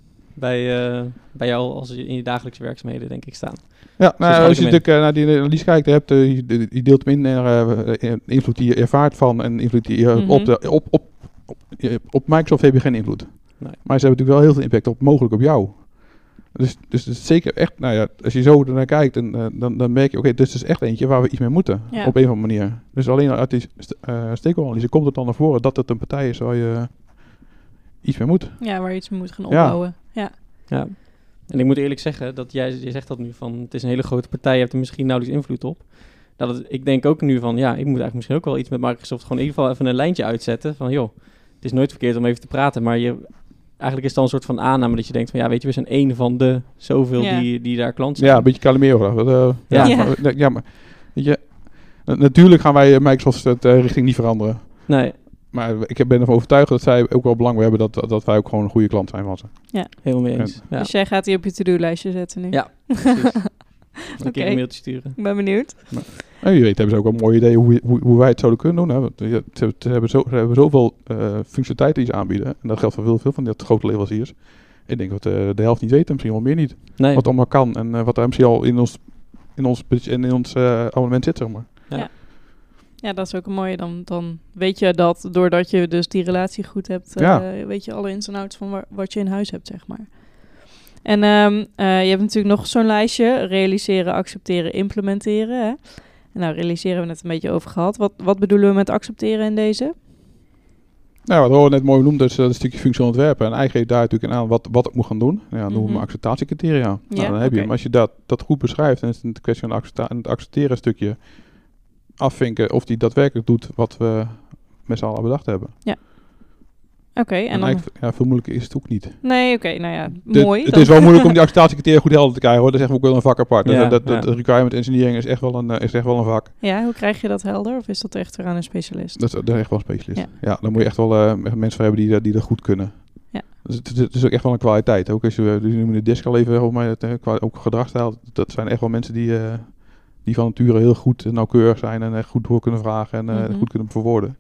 bij, uh, bij jou als je in je dagelijkse werkzaamheden, denk ik, staan. Ja, nou, als je algemeen. natuurlijk uh, naar die analyse kijkt, hebt, uh, je, je deelt hem in naar uh, invloed die je ervaart van en invloed die je Mm-hmm. op, de, op, op, op, op Microsoft heb je geen invloed. Nee. Maar ze hebben natuurlijk wel heel veel impact op, mogelijk op jou. Dus, dus het is zeker echt, nou ja, als je zo ernaar kijkt, en, uh, dan, dan merk je, oké, okay, dit is echt eentje waar we iets mee moeten, Ja. op een of andere manier. Dus alleen uit die st- uh, stakeholder-analyse komt het dan naar voren dat het een partij is waar je uh, iets mee moet. Ja, waar je iets mee moet gaan Ja. opbouwen. Ja. Ja. En ik moet eerlijk zeggen, dat jij je zegt dat nu van, het is een hele grote partij, je hebt er misschien nauwelijks invloed op. Dat het, ik denk ook nu van, ja, ik moet eigenlijk misschien ook wel iets met Microsoft gewoon in ieder geval even een lijntje uitzetten. Van, joh, het is nooit verkeerd om even te praten, maar je, eigenlijk is het dan een soort van aanname dat je denkt van, ja, weet je, we zijn één van de zoveel Ja. die, die daar klant zijn. Ja, een beetje kalimeren. Uh, Ja. ja, maar, ja, maar weet je, na- natuurlijk gaan wij Microsoft het uh, richting niet veranderen. Nee, Maar ik ben ervan overtuigd dat zij ook wel belang hebben dat, dat, dat wij ook gewoon een goede klant zijn van ze. helemaal mee eens. Ja, Dus jij gaat die op je to-do-lijstje zetten nu? Ja. precies. Een keer Oké. een mailtje sturen. Ik ben benieuwd. En je weet, hebben ze ook wel mooie ideeën hoe, hoe, hoe wij het zouden kunnen doen. Hè? Want, ja, ze, ze, hebben zo, ze hebben zoveel uh, functionaliteiten die ze aanbieden. En dat geldt voor veel, veel van die grote leveranciers. Ik denk dat uh, de helft niet weten, misschien wel meer niet. Nee. Wat allemaal kan en uh, wat er misschien al in ons, in ons, in, in ons uh, abonnement zit, zeg maar. Ja. Ja, dat is ook een mooie. Dan, dan weet je dat doordat je dus die relatie goed hebt, uh, Ja. weet je alle ins en outs van wa- wat je in huis hebt, zeg maar. En um, uh, je hebt natuurlijk nog zo'n lijstje. Realiseren, accepteren, implementeren. Hè? En nou, realiseren we het een beetje over gehad. Wat, wat bedoelen we met accepteren in deze? Nou, wat Rowan net mooi noemt, is uh, een stukje functioneel ontwerpen. En hij geeft daar natuurlijk aan wat, wat ik moet gaan doen. Ja, dan noemen we Mhm. acceptatiecriteria. Nou, Ja, dan heb je oké. hem. Als je dat, dat goed beschrijft, dan is het een kwestie van accepta- het accepteren stukje afvinken of die daadwerkelijk doet wat we met z'n allen bedacht hebben. Oké, okay, En, en dan... eigenlijk, ja, veel moeilijker is het ook niet. Nee, oké, nou ja, De- mooi. het Dan- is wel moeilijk om die acceptatiecriteria goed helder te krijgen, hoor. Dat is echt ook wel een vak apart. Ja, dat, dat, ja. dat requirement engineering is echt wel een, uh, is echt wel een vak. Ja, hoe krijg je dat helder? Of is dat echt weer aan een specialist? Dat is, dat is echt wel een specialist. Ja. Ja, dan moet je echt wel uh, mensen voor hebben die, dat- die dat goed kunnen. Ja. Dus het, het is ook echt wel een kwaliteit. Ook als je, die noemen de desk al even, op mij, het, uh, qua, ook gedragsstijl. Dat zijn echt wel mensen die, uh, die van nature heel goed en nauwkeurig zijn en echt goed door kunnen vragen en uh, Mhm. goed kunnen verwoorden.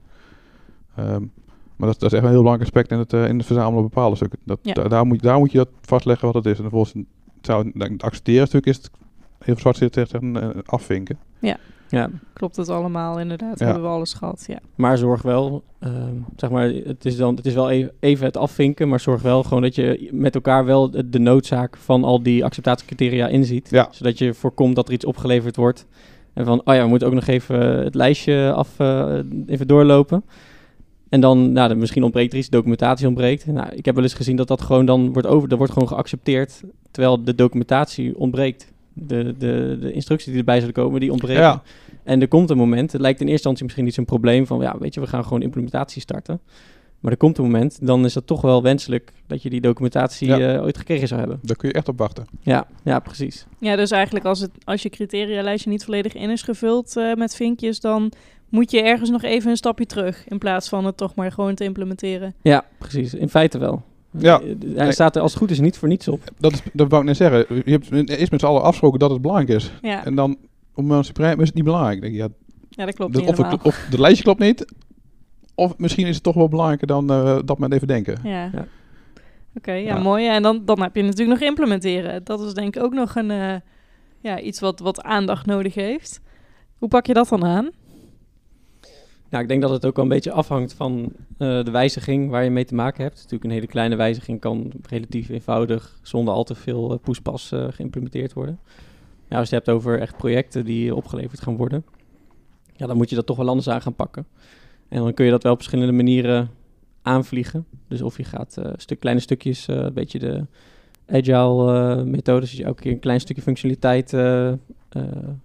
Um, maar dat, dat is echt een heel belangrijk aspect in het, uh, in het verzamelen op bepaalde stukken. Dat, Ja. da- daar, moet, daar moet je dat vastleggen wat het is. En vervolgens het zou het accepteren stuk is het heel zwart zit zeggen uh, afvinken. Ja, Klopt het allemaal, inderdaad. Ja. Hebben we alles gehad, ja. maar zorg wel, uh, zeg maar, het is, dan, het is wel even, even het afvinken, maar zorg wel gewoon dat je met elkaar wel de, de noodzaak van al die acceptatiecriteria inziet. Ja. Zodat je voorkomt dat er iets opgeleverd wordt. En van, oh ja, we moeten ook nog even het lijstje af, uh, even doorlopen. En dan, nou, dan misschien ontbreekt er iets, documentatie ontbreekt. Nou, ik heb wel eens gezien dat dat gewoon dan wordt over, dat wordt gewoon geaccepteerd, terwijl de documentatie ontbreekt. De, de, de instructies die erbij zullen komen, die ontbreken. Ja. En er komt een moment, het lijkt in eerste instantie misschien niet zo'n probleem van, ja, weet je, we gaan gewoon implementatie starten. Maar er komt een moment, dan is dat toch wel wenselijk dat je die documentatie Ja. uh, ooit gekregen zou hebben. Daar kun je echt op wachten. Ja, ja, precies. Ja, dus eigenlijk als, het, als je criterialijstje niet volledig in is gevuld uh, met vinkjes, dan moet je ergens nog even een stapje terug in plaats van het toch maar gewoon te implementeren. Ja, precies. In feite wel. Ja. Hij Nee. staat er als het goed is niet voor niets op. Dat, is, dat wou ik net zeggen. Je hebt eerst met z'n allen afgesproken dat het belangrijk is. Ja, En dan om een supreme is het niet belangrijk. Denk je, ja, ja dat klopt de, niet of, helemaal. het, of de lijstje klopt niet. Of misschien is het toch wel belangrijker dan uh, dat men even denken. Ja. Ja. Oké, okay, ja, Ja. mooi. En dan, dan heb je natuurlijk nog implementeren. Dat is denk ik ook nog een, uh, ja, iets wat, wat aandacht nodig heeft. Hoe pak je dat dan aan? Nou, ik denk dat het ook wel een beetje afhangt van uh, de wijziging waar je mee te maken hebt. Natuurlijk een hele kleine wijziging kan relatief eenvoudig zonder al te veel uh, poespas uh, geïmplementeerd worden. Ja, als je het hebt over echt projecten die opgeleverd gaan worden, ja, dan moet je dat toch wel anders aan gaan pakken. En dan kun je dat wel op verschillende manieren aanvliegen. Dus of je gaat uh, stuk, kleine stukjes, uh, een beetje de agile uh, methodes, dus je elke keer een klein stukje functionaliteit uh, uh,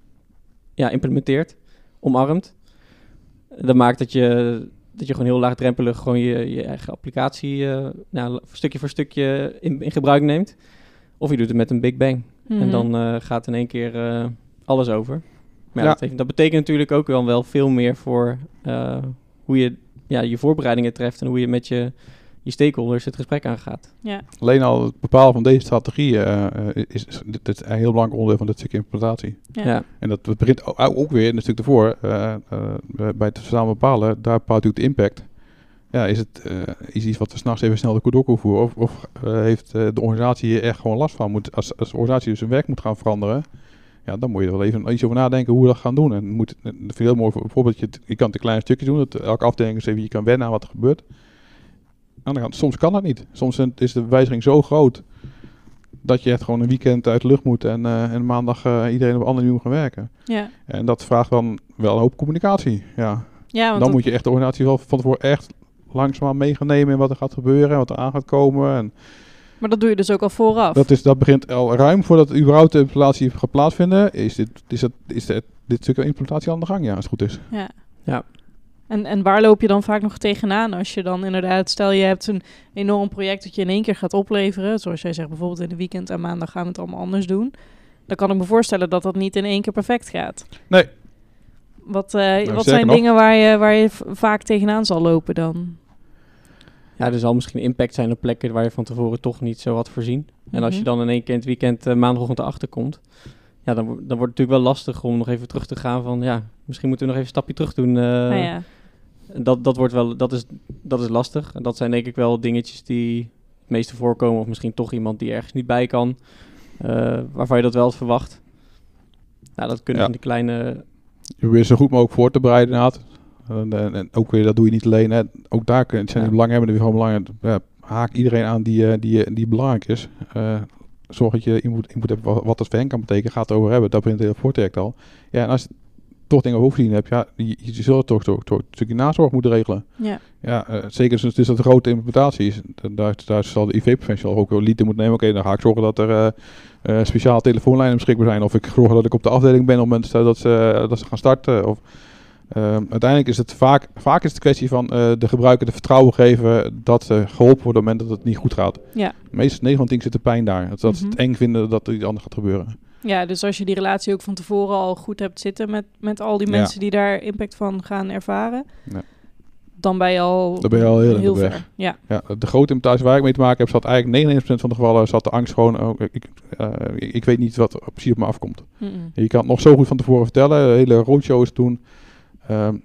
ja, implementeert, omarmt. Dat maakt dat je, dat je gewoon heel laagdrempelig gewoon je, je eigen applicatie uh, nou, stukje voor stukje in, in gebruik neemt. Of je doet het met een big bang. Mm-hmm. En dan uh, gaat in één keer uh, alles over. Maar ja, Ja. Dat, heeft, dat betekent natuurlijk ook wel, wel veel meer voor uh, hoe je ja, je voorbereidingen treft en hoe je met je, je stakeholders het gesprek aangaat. Ja. Alleen al het bepalen van deze strategie uh, is, is, dit is een heel belangrijk onderdeel van dit stukje implementatie. Ja. Ja. En dat begint ook, ook weer een stuk ervoor, uh, uh, bij het samen bepalen, daar bepaalt natuurlijk de impact. Ja, is het uh, is iets wat we s'nachts even snel de Kudoko voeren? Of, of uh, heeft uh, de organisatie hier echt gewoon last van? Moet, als, als de organisatie dus zijn werk moet gaan veranderen, ja, dan moet je er wel even iets over nadenken hoe we dat gaan doen. En moet, dat vind ik heel mooi voorbeeld, je, je kan het in kleine stukjes doen, dat elke afdeling eens even je kan wennen aan wat er gebeurt. Aan de kant, soms kan dat niet. Soms is de wijziging zo groot dat je echt gewoon een weekend uit de lucht moet en, uh, en maandag uh, iedereen op een andere manier moet gaan werken. Ja. En dat vraagt dan wel een hoop communicatie. Ja. Ja, want Dan dat, moet je echt de organisatie wel van tevoren echt langzaam mee gaan nemen in wat er gaat gebeuren en wat er aan gaat komen. En maar dat doe je dus ook al vooraf. dat, is, dat begint al ruim voordat überhaupt de implementatie gaat plaatsvinden. Is dit, is dat, is dit, dit stuk implementatie aan de gang? Ja, als het goed is. Ja. Ja. En, en waar loop je dan vaak nog tegenaan als je dan inderdaad, stel je hebt een enorm project dat je in één keer gaat opleveren, zoals jij zegt bijvoorbeeld in de weekend en maandag gaan we het allemaal anders doen. Dan kan ik me voorstellen dat dat niet in één keer perfect gaat. Nee. Wat, uh, wat sterker zijn nog. dingen waar je, waar je v- vaak tegenaan zal lopen dan? Ja, er zal misschien impact zijn op plekken waar je van tevoren toch niet zo had voorzien. En als je Mhm. dan in één keer in het weekend uh, maandagochtend erachter komt, ja, dan, wo- dan wordt het natuurlijk wel lastig om nog even terug te gaan van, ja, misschien moeten we nog even een stapje terug doen. Uh, nou ja. dat, dat, wordt wel, dat, is, dat is lastig. En dat zijn denk ik wel dingetjes die het meeste voorkomen. Of misschien toch iemand die ergens niet bij kan, uh, waarvan je dat wel had verwacht. Nou, dat kunnen Ja. van die kleine... Je probeert zo goed mogelijk voor te bereiden inderdaad. En, en, en ook weer, dat doe je niet alleen. Hè. Ook daar kun- zijn Ja. de belanghebbenden weer gewoon belangrijk. Ja, haak iedereen aan die, uh, die, die belangrijk is. Uh, zorg dat je input, input hebt wat, wat dat voor hen kan betekenen. Gaat het over hebben. Dat begint het hele voortraject al. Ja, en als je toch dingen hoofdzien hebt, ja, je, je zult toch, toch, toch een stukje nazorg moeten regelen. Ja. Ja, uh, zeker dus, dus dat de grote implementatie is. Daar, daar zal de I V-professional ook wel lieten moeten nemen. Oké, okay, dan ga ik zorgen dat er uh, uh, speciaal telefoonlijnen beschikbaar zijn. Of ik zorg dat ik op de afdeling ben op het moment dat ze, uh, dat ze gaan starten. Of, uh, uiteindelijk is het vaak, vaak is het kwestie van uh, de gebruiker de vertrouwen geven dat ze geholpen worden op het moment dat het niet goed gaat. Ja. Meestal negen van tien zit de pijn daar. Dat, dat ze Mhm. het eng vinden dat er iets anders gaat gebeuren. Ja, dus als je die relatie ook van tevoren al goed hebt zitten met, met al die Ja. mensen die daar impact van gaan ervaren, Ja. dan ben je al, Dan ben je al heel erg op weg. ver. Ja. Ja, de grote implementatie waar ik mee te maken heb, zat eigenlijk negenennegentig procent van de gevallen zat de angst gewoon, oh, ik, uh, ik, ik weet niet wat er precies op me afkomt. Mm-mm. Je kan het nog zo goed van tevoren vertellen, hele roadshows doen. Um,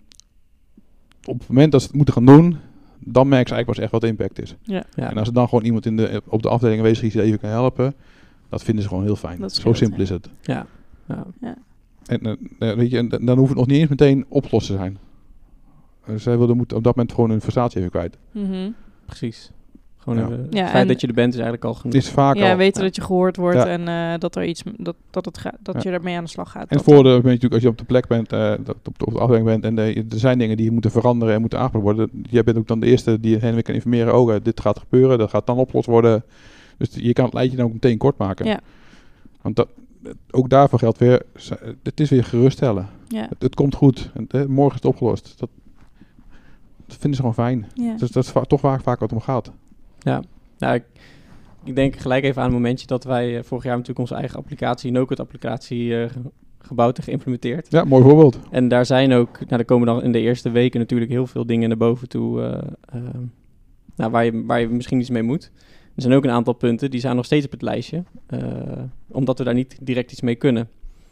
op het moment dat ze het moeten gaan doen, dan merken ze eigenlijk pas echt wat de impact is. Ja. Ja. En als er dan gewoon iemand in de, op de afdeling aanwezig is die even kan helpen, dat vinden ze gewoon heel fijn. Dat Zo scheelt, simpel ja. is het. Ja. Ja. En uh, weet je, en dan hoeft het nog niet eens meteen opgelost te zijn. Uh, zij willen moeten op dat moment gewoon hun frustratie even kwijt. Mhm. Precies. Gewoon Ja. even, Ja, het feit en- dat je er bent is eigenlijk al genoeg. Het is vaak Ja, al. weten ja. dat je gehoord wordt Ja. en uh, dat er iets dat, dat, het ga, dat Ja. je ermee aan de slag gaat. En Dat- voor de, weet je natuurlijk, als je op de plek bent, uh, dat op, de, op de afdeling bent en uh, er zijn dingen die moeten veranderen en moeten aangepakt worden. Jij bent ook dan de eerste die hen weer kan informeren. Oh, uh, dit gaat gebeuren, dat gaat dan opgelost worden. Dus je kan het lijntje dan ook meteen kort maken. Ja. Want dat, ook daarvoor geldt weer, het is weer geruststellen. Ja. Het, het komt goed. En, uh, morgen is het opgelost. Dat, dat vinden ze gewoon fijn. Ja. Dus dat is va- toch waar vaak wat om gaat. Ja, nou, ik, ik denk gelijk even aan het momentje dat wij uh, vorig jaar natuurlijk onze eigen applicatie, no-code-applicatie, uh, gebouwd en geïmplementeerd. Ja, mooi voorbeeld. En daar zijn ook, nou, er komen dan in de eerste weken natuurlijk heel veel dingen naar boven toe, uh, uh, nou, waar, je, waar je misschien iets mee moet. Er zijn ook een aantal punten, die staan nog steeds op het lijstje, uh, omdat we daar niet direct iets mee kunnen.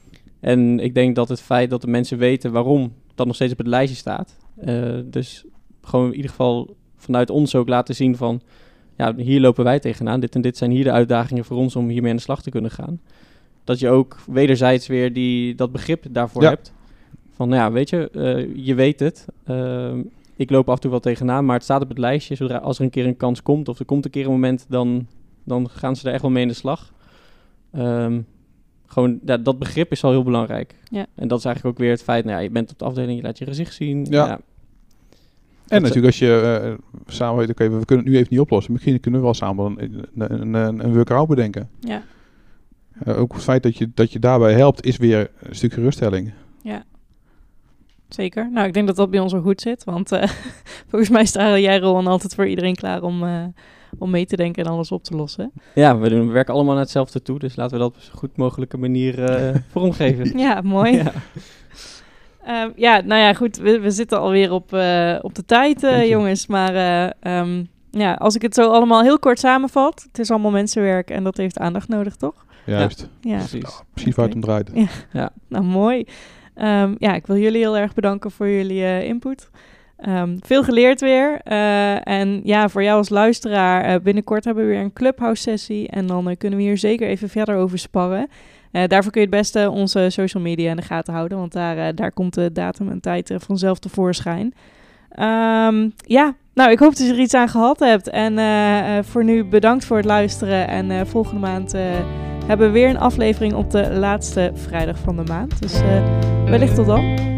En ik denk dat het feit dat de mensen weten waarom dat nog steeds op het lijstje staat, uh, dus gewoon in ieder geval vanuit ons ook laten zien van, ja, hier lopen wij tegenaan, dit en dit zijn hier de uitdagingen voor ons om hiermee aan de slag te kunnen gaan. Dat je ook wederzijds weer die, dat begrip daarvoor ja. hebt. Van, nou ja, weet je, uh, je weet het. Uh, ik loop af en toe wel tegenaan, maar het staat op het lijstje. Zodra als er een keer een kans komt of er komt een keer een moment, dan, dan gaan ze er echt wel mee in de slag. Um, gewoon, ja, dat begrip is al heel belangrijk. Ja. En dat is eigenlijk ook weer het feit, nou ja, je bent op de afdeling, je laat je gezicht zien. Ja. ja. En natuurlijk als je uh, samen weet, oké, okay, we kunnen het nu even niet oplossen. Misschien kunnen we wel samen een, een, een, een workaround bedenken. Ja. Uh, ook het feit dat je, dat je daarbij helpt, is weer een stuk geruststelling. Ja. Zeker. Nou, ik denk dat dat bij ons wel goed zit. Want uh, volgens mij staan jij, Rowan, altijd voor iedereen klaar om, uh, om mee te denken en alles op te lossen. Ja, we, doen, we werken allemaal naar hetzelfde toe. Dus laten we dat op zo goed mogelijke manier uh, vormgeven. Ja, mooi. Ja. Uh, ja, nou ja, goed. We, we zitten alweer op, uh, op de tijd, uh, jongens. Maar uh, um, ja, als ik het zo allemaal heel kort samenvat. Het is allemaal mensenwerk en dat heeft aandacht nodig, toch? Juist. Ja, precies. Ja, precies waar het om draait. Ja. Ja. Nou, mooi. Um, ja, ik wil jullie heel erg bedanken voor jullie uh, input. Um, veel geleerd weer. Uh, en ja, voor jou als luisteraar, uh, binnenkort hebben we weer een Clubhouse-sessie. En dan uh, kunnen we hier zeker even verder over sparren. Uh, daarvoor kun je het beste onze social media in de gaten houden. Want daar, uh, daar komt de datum en tijd uh, vanzelf tevoorschijn. Um, ja, nou, ik hoop dat je er iets aan gehad hebt. En uh, uh, voor nu bedankt voor het luisteren. En uh, volgende maand uh, hebben we weer een aflevering op de laatste vrijdag van de maand. Dus uh, wellicht tot dan.